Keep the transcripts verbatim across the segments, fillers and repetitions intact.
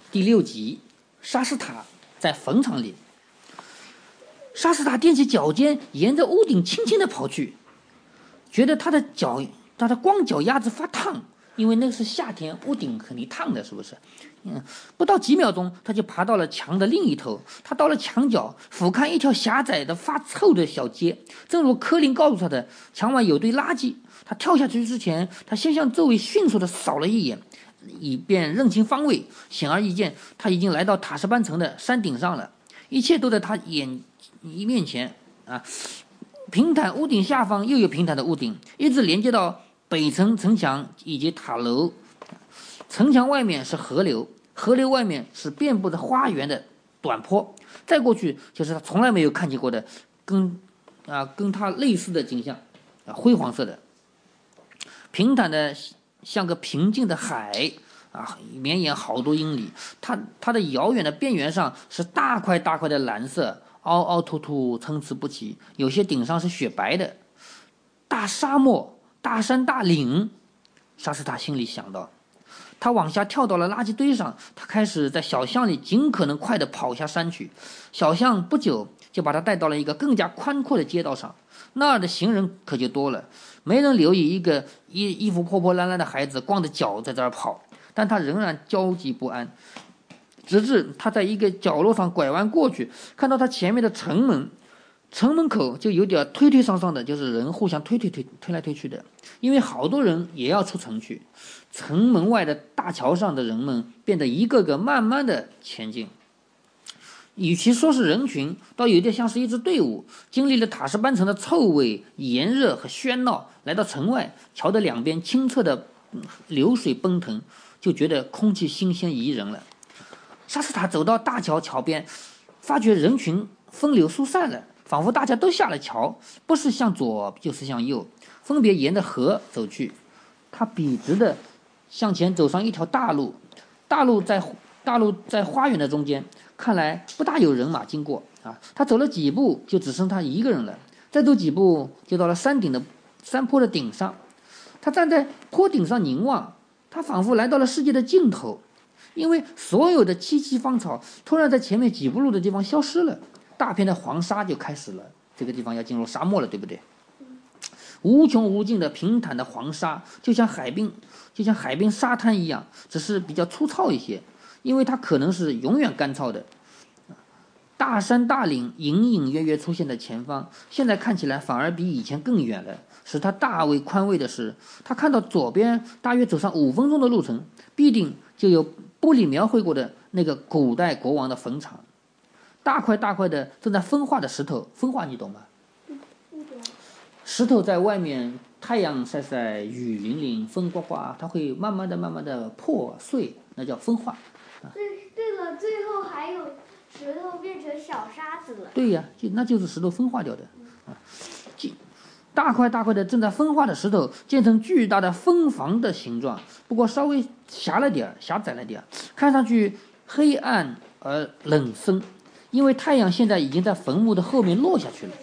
第六集，沙斯塔在坟场里。沙斯塔踮起脚尖，沿着屋顶轻轻地跑去，觉得他的脚，他的光脚丫子发烫，因为那是夏天，屋顶肯定烫的，是不是？嗯，不到几秒钟，他就爬到了墙的另一头。他到了墙角，俯瞰一条狭窄的、发臭的小街。正如柯林告诉他的，墙外有堆垃圾。他跳下去之前，他先向周围迅速地扫了一眼，以便认清方位。显而易见，他已经来到塔什班城的山顶上了，一切都在他眼面前啊！平坦屋顶下方又有平坦的屋顶，一直连接到北城城墙以及塔楼。城墙外面是河流，河流外面是遍布着花园的短坡，再过去就是他从来没有看见过的跟啊跟他类似的景象啊，灰黄色的，平坦的像个平静的海啊，绵延好多英里。它它的遥远的边缘上是大块大块的蓝色，凹凹凸凸，参差不齐，有些顶上是雪白的。大沙漠，大山大岭，沙斯塔心里想到。他往下跳到了垃圾堆上，他开始在小巷里尽可能快地跑下山去。小巷不久就把他带到了一个更加宽阔的街道上，那儿的行人可就多了，没人留意一个衣衣服破破烂烂的孩子光着脚在这儿跑，但他仍然焦急不安。直至他在一个角落上拐弯过去，看到他前面的城门，城门口就有点推推搡搡的，就是人互相推推推推来推去的，因为好多人也要出城去。城门外的大桥上的人们变得一个个慢慢的前进，与其说是人群，倒有点像是一支队伍，经历了塔什班城的臭味、炎热和喧闹，来到城外，桥的两边清澈的流水奔腾，就觉得空气新鲜宜人了。沙斯塔走到大桥桥边，发觉人群分流疏散了，仿佛大家都下了桥，不是向左就是向右，分别沿着河走去。他笔直的向前走上一条大路，大路在大路在花园的中间，看来不大有人马经过啊。他走了几步，就只剩他一个人了。再走几步，就到了山顶的山坡的顶上。他站在坡顶上凝望，他仿佛来到了世界的尽头，因为所有的萋萋芳草突然在前面几步路的地方消失了，大片的黄沙就开始了。这个地方要进入沙漠了，对不对？无穷无尽的平坦的黄沙，就像海滨，就像海滨沙滩一样，只是比较粗糙一些，因为它可能是永远干燥的。大山大岭隐隐约约出现在前方，现在看起来反而比以前更远了。使他大为宽慰的是，他看到左边大约走上五分钟的路程，必定就有布里描绘过的那个古代国王的坟场。大块大块的正在分化的石头，分化你懂吗？石头在外面，太阳晒晒，雨淋淋，风刮刮，它会慢慢的、慢慢的破碎，那叫分化。 对对了，最后还有石头变成小沙子了。 对呀，就那就是石头分化掉的。啊，大块大块的正在分化的石头建成巨大的分房的形状，不过稍微狭了点，狭窄了点，看上去黑暗而冷森，因为太阳现在已经在坟墓的后面落下去了。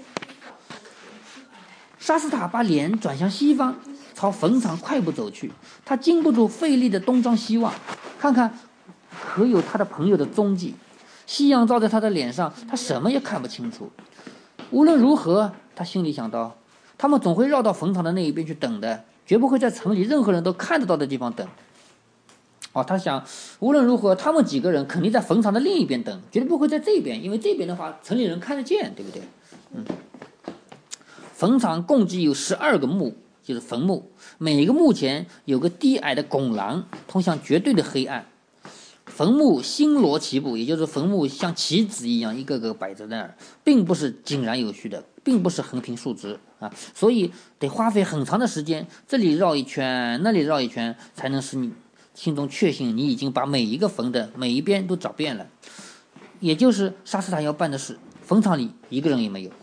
沙斯塔把脸转向西方，朝坟场快步走去。他禁不住费力的东张西望，看看可有他的朋友的踪迹。夕阳照在他的脸上，他什么也看不清楚。无论如何，他心里想到，他们总会绕到坟场的那一边去等的，绝不会在城里任何人都看得到的地方等。哦，他想，无论如何，他们几个人肯定在坟场的另一边等，绝对不会在这边，因为这边的话，城里人看得见，对不对？嗯。坟场共计有十二个墓，就是坟墓，每个墓前有个低矮的拱廊，通向绝对的黑暗。坟墓星罗棋布，也就是坟墓像棋子一样一个个摆在那儿，并不是井然有序的，并不是横平竖直啊，所以得花费很长的时间，这里绕一圈，那里绕一圈，才能使你心中确信你已经把每一个坟的每一边都找遍了。也就是沙斯塔要办的事，坟场里一个人也没有。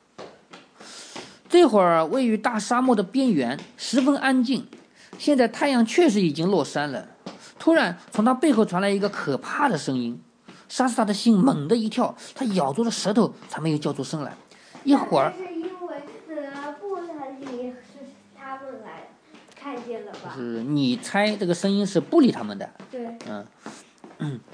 这会儿位于大沙漠的边缘，十分安静。现在太阳确实已经落山了。突然从他背后传来一个可怕的声音，沙斯塔的心猛地一跳，他咬住了舌头才没有叫出声来。一会儿是因为呃布里是他们来看见了吧？ 是你猜这个声音是不理他们的。 对。 嗯嗯，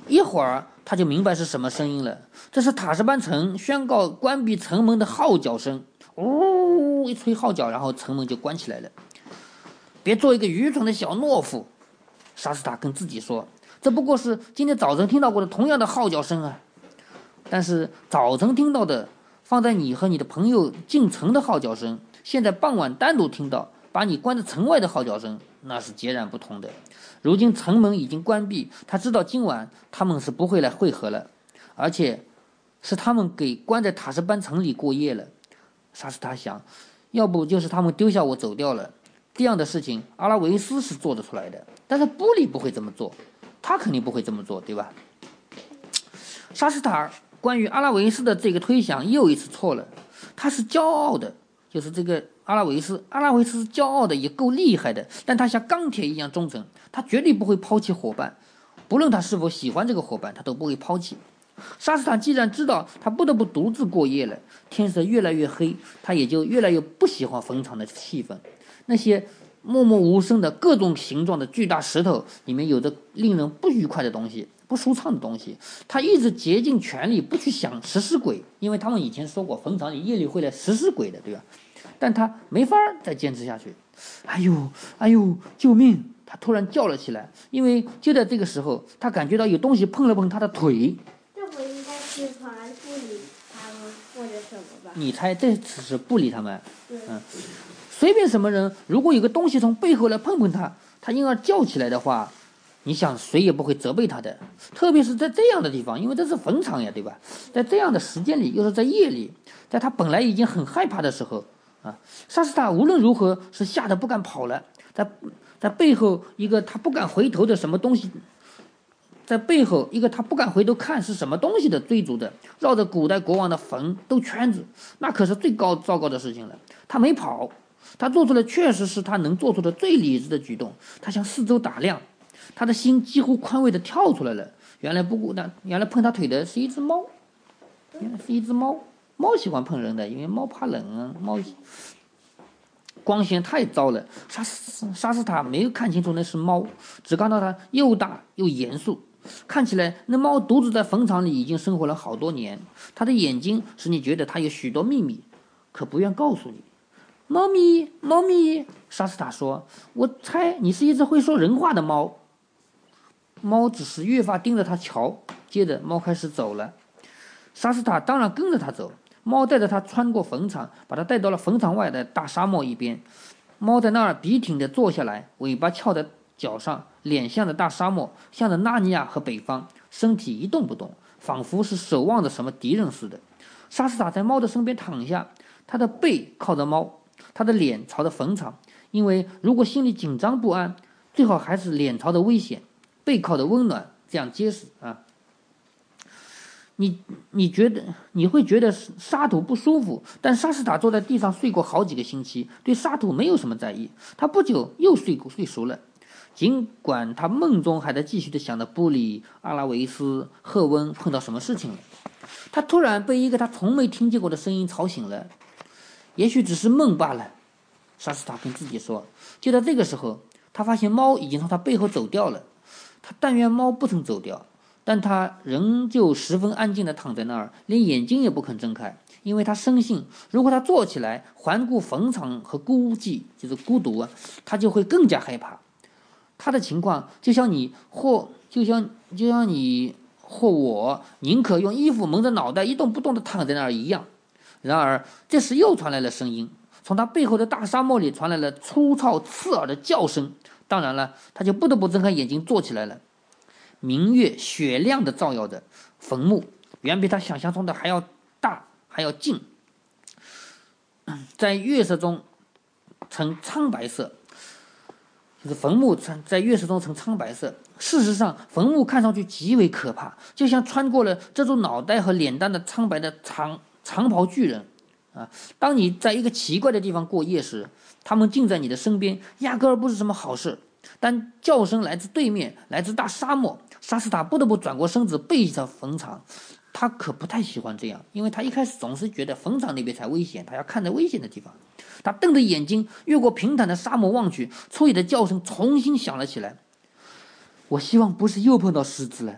一会儿他就明白是什么声音了，这是塔什班城宣告关闭城门的号角声。呜，一吹号角，然后城门就关起来了。别做一个愚蠢的小懦夫，沙斯塔跟自己说，这不过是今天早晨听到过的同样的号角声啊。但是早晨听到的放在你和你的朋友进城的号角声，现在傍晚单独听到把你关在城外的号角声，那是截然不同的。如今城门已经关闭，他知道今晚他们是不会来会合了，而且是他们给关在塔什班城里过夜了。沙斯塔想，要不就是他们丢下我走掉了。这样的事情阿拉维斯是做得出来的，但是布里不会这么做，他肯定不会这么做，对吧？沙斯塔关于阿拉维斯的这个推想又一次错了。他是骄傲的，就是这个阿拉维斯，阿拉维斯是骄傲的，也够厉害的，但他像钢铁一样忠诚，他绝对不会抛弃伙伴，不论他是否喜欢这个伙伴，他都不会抛弃。沙斯塔既然知道他不得不独自过夜了，天色越来越黑，他也就越来越不喜欢坟场的气氛。那些默默无声的各种形状的巨大石头里面有着令人不愉快的东西，不舒畅的东西。他一直竭尽全力不去想食尸鬼，因为他们以前说过坟场里夜里会来食尸鬼的，对吧？但他没法再坚持下去。哎呦哎呦，救命！他突然叫了起来，因为就在这个时候，他感觉到有东西碰了碰他的腿。 这不应该是团不理他们或者什么吧？ 你猜这次是不理他们？ 嗯， 随便什么人，如果有个东西从背后来碰碰他，他因而叫起来的话，你想谁也不会责备他的。特别是在这样的地方，因为这是坟场呀，对吧？在这样的时间里，又是在夜里，在他本来已经很害怕的时候啊，沙斯塔无论如何是吓得不敢跑了。在在背后一个他不敢回头的什么东西。在背后一个他不敢回头看是什么东西的追逐着，绕着古代国王的坟兜圈子，那可是最高糟糕的事情了。他没跑，他做出的确实是他能做出的最理智的举动。他向四周打量，他的心几乎宽慰地跳出来了。原来不顾那原来碰他腿的是一只猫，原来是一只猫。猫喜欢碰人的，因为猫怕冷啊。猫光线太糟了，沙斯沙斯塔没有看清楚那是猫，只看到它又大又严肃。看起来那猫独自在坟场里已经生活了好多年，它的眼睛使你觉得它有许多秘密，可不愿告诉你。猫咪，猫咪，沙斯塔说，我猜你是一只会说人话的猫。猫只是越发盯着他瞧，接着猫开始走了。沙斯塔当然跟着他走，猫带着他穿过坟场，把他带到了坟场外的大沙漠一边。猫在那儿笔挺地坐下来，尾巴翘在脚上，脸向着大沙漠，向着纳尼亚和北方，身体一动不动，仿佛是守望着什么敌人似的。沙斯塔在猫的身边躺下，他的背靠着猫，他的脸朝着坟场，因为如果心里紧张不安，最好还是脸朝着危险，背靠着温暖，这样结实啊。你你觉得你会觉得沙土不舒服，但沙斯塔坐在地上睡过好几个星期，对沙土没有什么在意。他不久又睡过睡熟了，尽管他梦中还在继续的想着布里、阿拉维斯、赫温碰到什么事情了。他突然被一个他从没听见过的声音吵醒了，也许只是梦罢了，沙斯塔跟自己说。就在这个时候，他发现猫已经从他背后走掉了。他但愿猫不曾走掉，但他仍旧十分安静地躺在那儿，连眼睛也不肯睁开，因为他深信，如果他坐起来环顾坟场和孤寂，就是孤独啊，他就会更加害怕。他的情况就像你或就像就像你或我宁可用衣服蒙着脑袋一动不动地躺在那儿一样。然而这时又传来了声音，从他背后的大沙漠里传来了粗糙刺耳的叫声。当然了，他就不得不睁开眼睛坐起来了。明月雪亮地照耀着坟墓，远比他想象中的还要大还要近，在月色中呈苍白色，就是坟墓在月色中呈苍白色。事实上，坟墓看上去极为可怕，就像穿过了遮住脑袋和脸蛋的苍白的长长袍巨人啊！当你在一个奇怪的地方过夜时，他们竟在你的身边，压根儿不是什么好事。但叫声来自对面，来自大沙漠。沙斯塔不得不转过身子背着坟场，他可不太喜欢这样，因为他一开始总是觉得坟场那边才危险，他要看着危险的地方。他瞪着眼睛越过平坦的沙漠望去，粗野的叫声重新响了起来。我希望不是又碰到狮子了，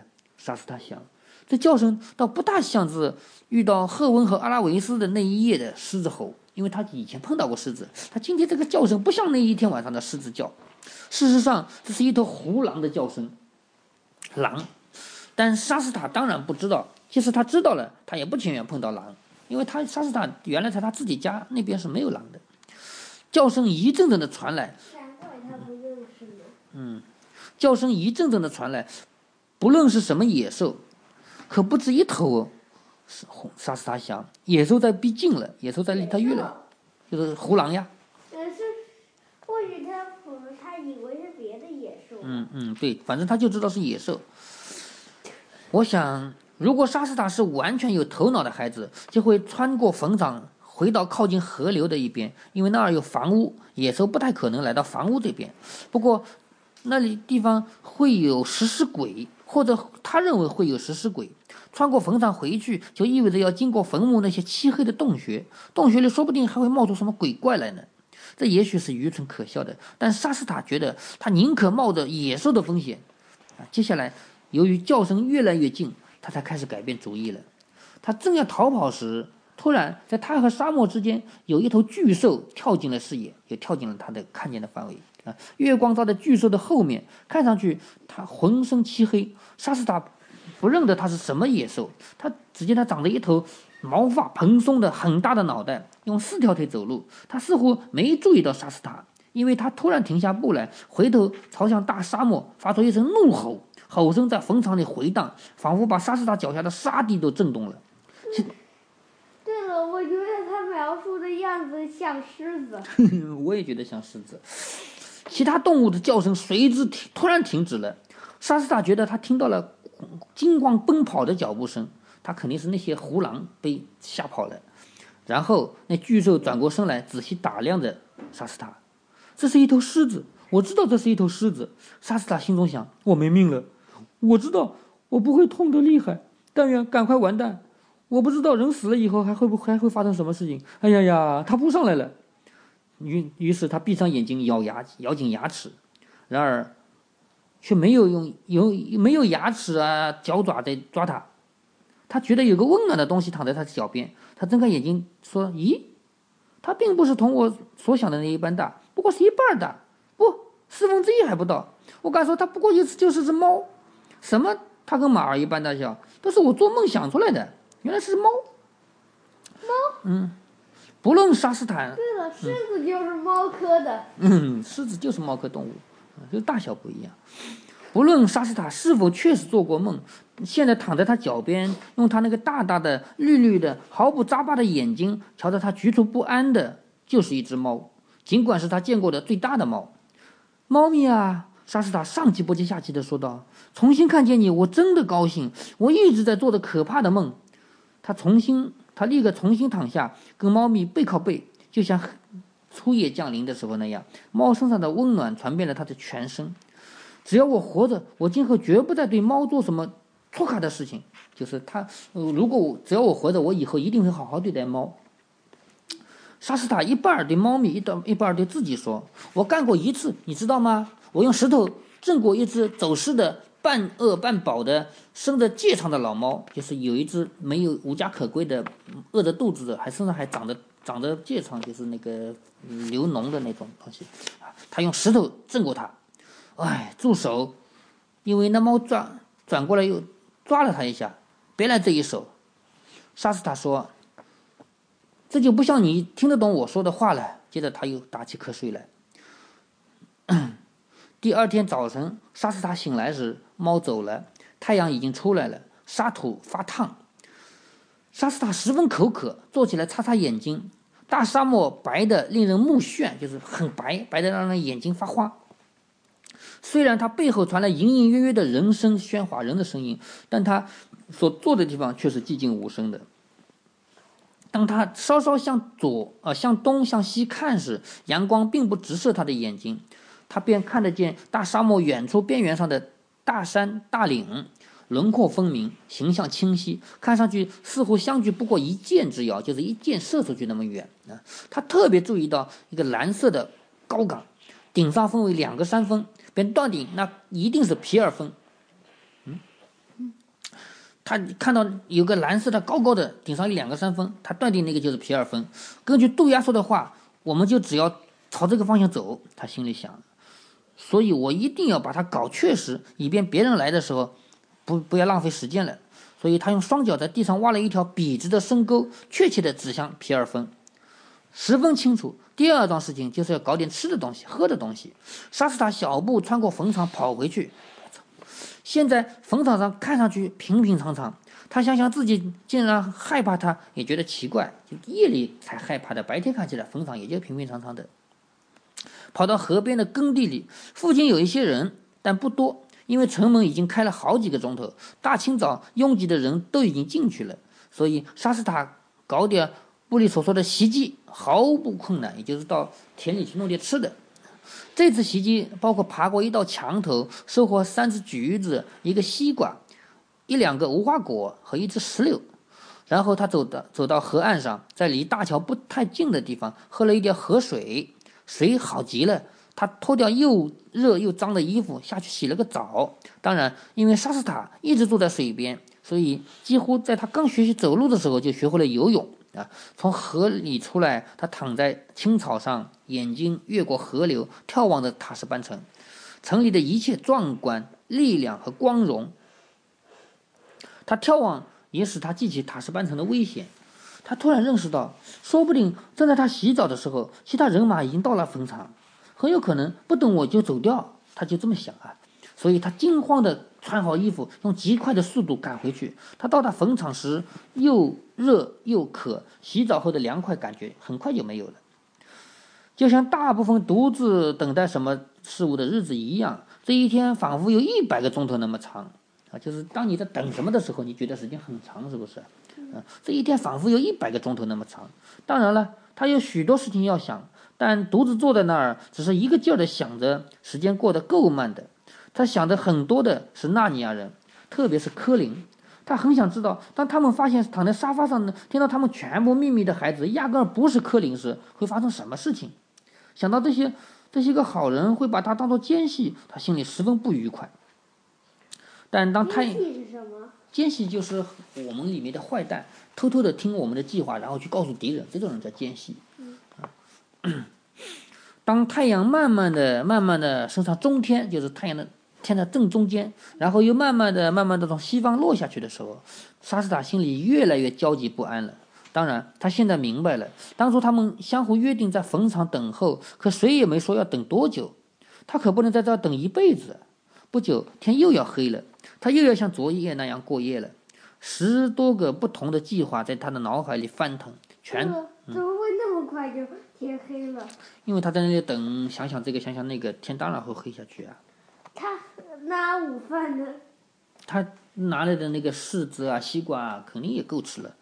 沙斯塔想，这叫声倒不大像是遇到赫温和阿拉维斯的那一夜的狮子吼，因为他以前碰到过狮子，他今天这个叫声不像那一天晚上的狮子叫。事实上，这是一头胡狼的叫声，狼。但沙斯塔当然不知道，其实他知道了，他也不情愿碰到狼，因为他沙斯塔原来在他自己家那边是没有狼的。叫声一阵阵的传来， 难怪他不认识呢。 嗯，叫声一阵阵的传来，不论是什么野兽，可不止一头哦。沙斯塔想，野兽在逼近了，野兽在离他越来，就是胡狼呀。 可是，或许他他以为是别的野兽。 嗯嗯，对，反正他就知道是野兽。我想，如果沙斯塔是完全有头脑的孩子，就会穿过坟场，回到靠近河流的一边，因为那儿有房屋，野兽不太可能来到房屋这边。不过，那里地方会有食尸鬼，或者他认为会有食尸鬼。穿过坟场回去，就意味着要经过坟墓那些漆黑的洞穴，洞穴里说不定还会冒出什么鬼怪来呢。这也许是愚蠢可笑的，但沙斯塔觉得他宁可冒着野兽的风险。啊，接下来，由于叫声越来越近，他才开始改变主意了。他正要逃跑时，突然在他和沙漠之间有一头巨兽跳进了视野，也跳进了他的看见的范围。啊，月光照在巨兽的后面，看上去他浑身漆黑。沙斯塔不认得它是什么野兽，他只见它长着一头毛发蓬松的很大的脑袋，用四条腿走路。他似乎没注意到沙斯塔，因为他突然停下步来，回头朝向大沙漠发出一声怒吼，吼声在坟场里回荡，仿佛把沙斯塔脚下的沙地都震动了。 对了，我觉得他描述的样子像狮子。 我也觉得像狮子。其他动物的叫声随之停突然停止了。沙斯塔觉得他听到了金光奔跑的脚步声，他肯定是那些胡狼被吓跑了。然后那巨兽转过身来，仔细打量着沙斯塔。这是一头狮子，我知道这是一头狮子。沙斯塔心中想：我没命了。我知道我不会痛得厉害，但愿赶快完蛋。我不知道人死了以后还会不还会发生什么事情。哎呀呀，他扑上来了。于于是他闭上眼睛，咬牙，咬紧牙齿。然而，却没有用有没有牙齿啊脚爪在抓他。他觉得有个温暖的东西躺在他的脚边。他睁开眼睛说：“咦，他并不是同我所想的那一般大，不过是一半大，不，四分之一还不到。我敢说，他不过就是就是只猫。什么？他跟马儿一般大小？都是我做梦想出来的。原来是猫。 猫？ 嗯。”不论沙斯坦， 对了，狮子就是猫科的。 嗯，狮子就是猫科动物，就大小不一样。不论沙斯塔是否确实做过梦，现在躺在他脚边，用他那个大大的、绿绿的、毫不眨巴的眼睛瞧着他局促不安的，就是一只猫，尽管是他见过的最大的猫。猫咪啊，沙斯塔上气不接下气地说道：“重新看见你，我真的高兴。我一直在做着可怕的梦。”他重新。他立刻重新躺下，跟猫咪背靠背，就像初夜降临的时候那样。猫身上的温暖传遍了他的全身。只要我活着，我今后绝不再对猫做什么错卡的事情。就是他，呃、如果我只要我活着，我以后一定会好好对待猫。沙斯塔一半对猫咪，一半一半对自己说：“我干过一次，你知道吗？我用石头震过一只走失的。”半饿半饱的生着疥疮的老猫，就是有一只没有无家可归的饿着肚子的，还身上还长着长着疥疮，就是那个流脓的那种东西。他用石头震过它，哎，住手！因为那猫转转过来又抓了他一下，别来这一手。沙斯塔说：“这就不像你听得懂我说的话了。”接着他又打起瞌睡来。第二天早晨，沙斯塔醒来时，猫走了，太阳已经出来了，沙土发烫。沙斯塔十分口渴，坐起来擦擦眼睛。大沙漠白的令人目眩，就是很白，白的让人眼睛发花。虽然他背后传来隐隐约约的人声喧哗，人的声音，但他所坐的地方却是寂静无声的。当他稍稍向左、呃向东、向西看时，阳光并不直射他的眼睛。他便看得见大沙漠远处边缘上的大山大岭，轮廓分明，形象清晰，看上去似乎相距不过一箭之遥，就是一箭射出去那么远啊。他特别注意到一个蓝色的高岗，顶上分为两个山峰，便断定那一定是皮尔峰。嗯， 他看到有个蓝色的高高的，顶上有两个山峰，他断定那个就是皮尔峰。根据杜亚说的话，我们就只要朝这个方向走，他心里想。所以我一定要把它搞确实，以便别人来的时候不不要浪费时间了。所以他用双脚在地上挖了一条笔直的深沟，确切地指向皮尔峰，十分清楚。第二桩事情就是要搞点吃的东西、喝的东西。沙斯塔小步穿过坟场跑回去，现在坟场上看上去平平常常，他想想自己竟然害怕他，也觉得奇怪，就夜里才害怕的，白天看起来坟场也就平平常常的。跑到河边的耕地里，附近有一些人，但不多，因为城门已经开了好几个钟头，大清早拥挤的人都已经进去了，所以沙斯塔搞点布里所说的袭击毫不困难，也就是到田里去弄点吃的。这次袭击包括爬过一道墙头，收获三只橘子、一个西瓜、一两个无花果和一只石榴。然后他走到走到河岸上，在离大桥不太近的地方喝了一点河水，水好极了。他脱掉又热又脏的衣服下去洗了个澡。当然，因为沙斯塔一直坐在水边，所以几乎在他刚学习走路的时候就学会了游泳啊。从河里出来，他躺在青草上，眼睛越过河流，眺望着塔什班城，城里的一切壮观、力量和光荣。他眺望也使他记起塔什班城的危险。他突然认识到，说不定正在他洗澡的时候，其他人马已经到了坟场，很有可能不等我就走掉。他就这么想啊，所以他惊慌地穿好衣服，用极快的速度赶回去。他到达坟场时，又热又渴，洗澡后的凉快感觉很快就没有了。就像大部分独自等待什么事物的日子一样，这一天仿佛有一百个钟头那么长啊！就是当你在等什么的时候，你觉得时间很长，是不是？啊，这一天仿佛有一百个钟头那么长。当然了，他有许多事情要想，但独自坐在那儿，只是一个劲儿地想着，时间过得够慢的。他想的很多的是纳尼亚人，特别是科林。他很想知道，当他们发现躺在沙发上呢，听到他们全部秘密的孩子压根儿不是科林时，会发生什么事情。想到这些，这些个好人会把他当作奸细，他心里十分不愉快。但当太奸细是什么？ 奸细就是我们里面的坏蛋，偷偷的听我们的计划，然后去告诉敌人，这种人叫奸细。嗯、当太阳慢慢的、慢慢的升上中天，就是太阳的天的正中间，然后又慢慢的、慢慢的从西方落下去的时候，沙斯塔心里越来越焦急不安了。当然，他现在明白了，当初他们相互约定在坟场等候，可谁也没说要等多久，他可不能在这儿等一辈子。不久，天又要黑了，他又要像昨夜那样过夜了。十多个不同的计划在他的脑海里翻腾，全怎么会那么快就天黑了？ 因为他在那里等，想想这个，想想那个，天当然会黑下去啊。 他拿午饭呢？ 他拿来的那个柿子啊、西瓜啊，肯定也够吃了。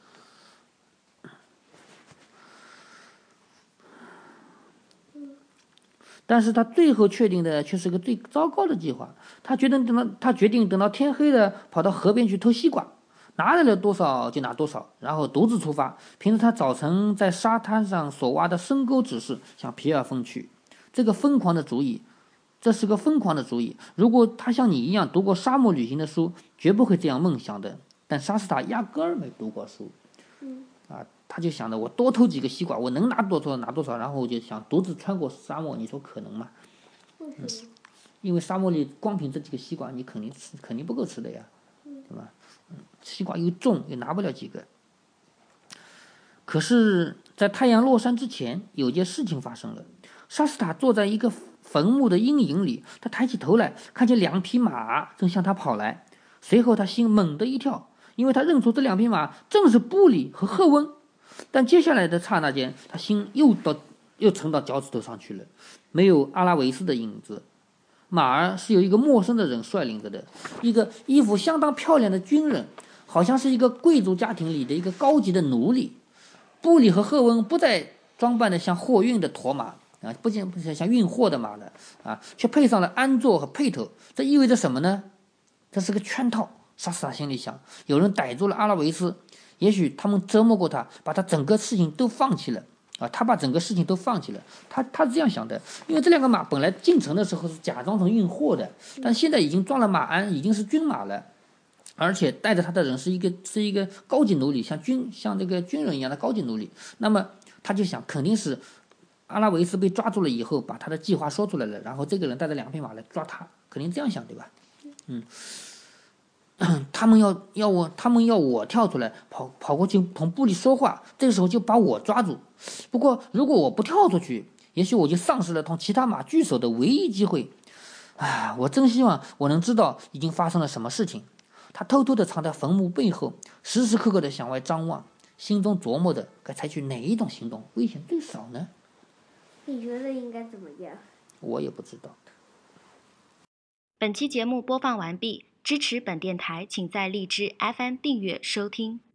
但是他最后确定的却是个最糟糕的计划。他决定等到他决定等到天黑了，跑到河边去偷西瓜，拿来了多少就拿多少，然后独自出发，凭着他早晨在沙滩上所挖的深沟指示，向皮尔峰去。这个疯狂的主意，这是个疯狂的主意。如果他像你一样读过沙漠旅行的书，绝不会这样梦想的。但沙斯塔压根儿没读过书。 嗯啊，他就想着我多偷几个西瓜，我能拿多少拿多少，然后我就想独自穿过沙漠，你说可能吗？ 为什么？ 嗯，因为沙漠里光凭这几个西瓜，你肯定吃肯定不够吃的呀，对吧？嗯，西瓜又重，又拿不了几个。可是，在太阳落山之前，有件事情发生了。沙斯塔坐在一个坟墓的阴影里，他抬起头来，看见两匹马正向他跑来。随后，他心猛地一跳，因为他认出这两匹马正是布里和赫温。但接下来的刹那间，他心又到又沉到脚趾头上去了，没有阿拉维斯的影子。马儿是由一个陌生的人率领着的，一个衣服相当漂亮的军人，好像是一个贵族家庭里的一个高级的奴隶。布里和赫温不再装扮的像货运的驼马啊，不仅不是像运货的马了啊，却配上了鞍座和辔头。这意味着什么呢？这是个圈套。沙斯塔心里想，有人逮住了阿拉维斯，也许他们折磨过他，把他整个事情都放弃了啊！他把整个事情都放弃了，他他是这样想的，因为这两个马本来进城的时候是假装成运货的，但现在已经装了马鞍，已经是军马了。 而且带着他的人是一个是一个高级奴隶，像军像这个军人一样的高级奴隶。那么他就想，肯定是阿拉维斯被抓住了以后，把他的计划说出来了，然后这个人带着两匹马来抓他，肯定这样想，对吧？嗯，他们要要我，他们要我跳出来，跑跑过去同布利说话，这个时候就把我抓住。不过如果我不跳出去，也许我就丧失了同其他马聚首的唯一机会。唉，我真希望我能知道已经发生了什么事情。他偷偷地藏在坟墓背后，时时刻刻地向外张望，心中琢磨着该采取哪一种行动危险最少呢？ 你觉得应该怎么样？ 我也不知道。 本期节目播放完毕，支持本电台，请在荔枝 F M 订阅收听。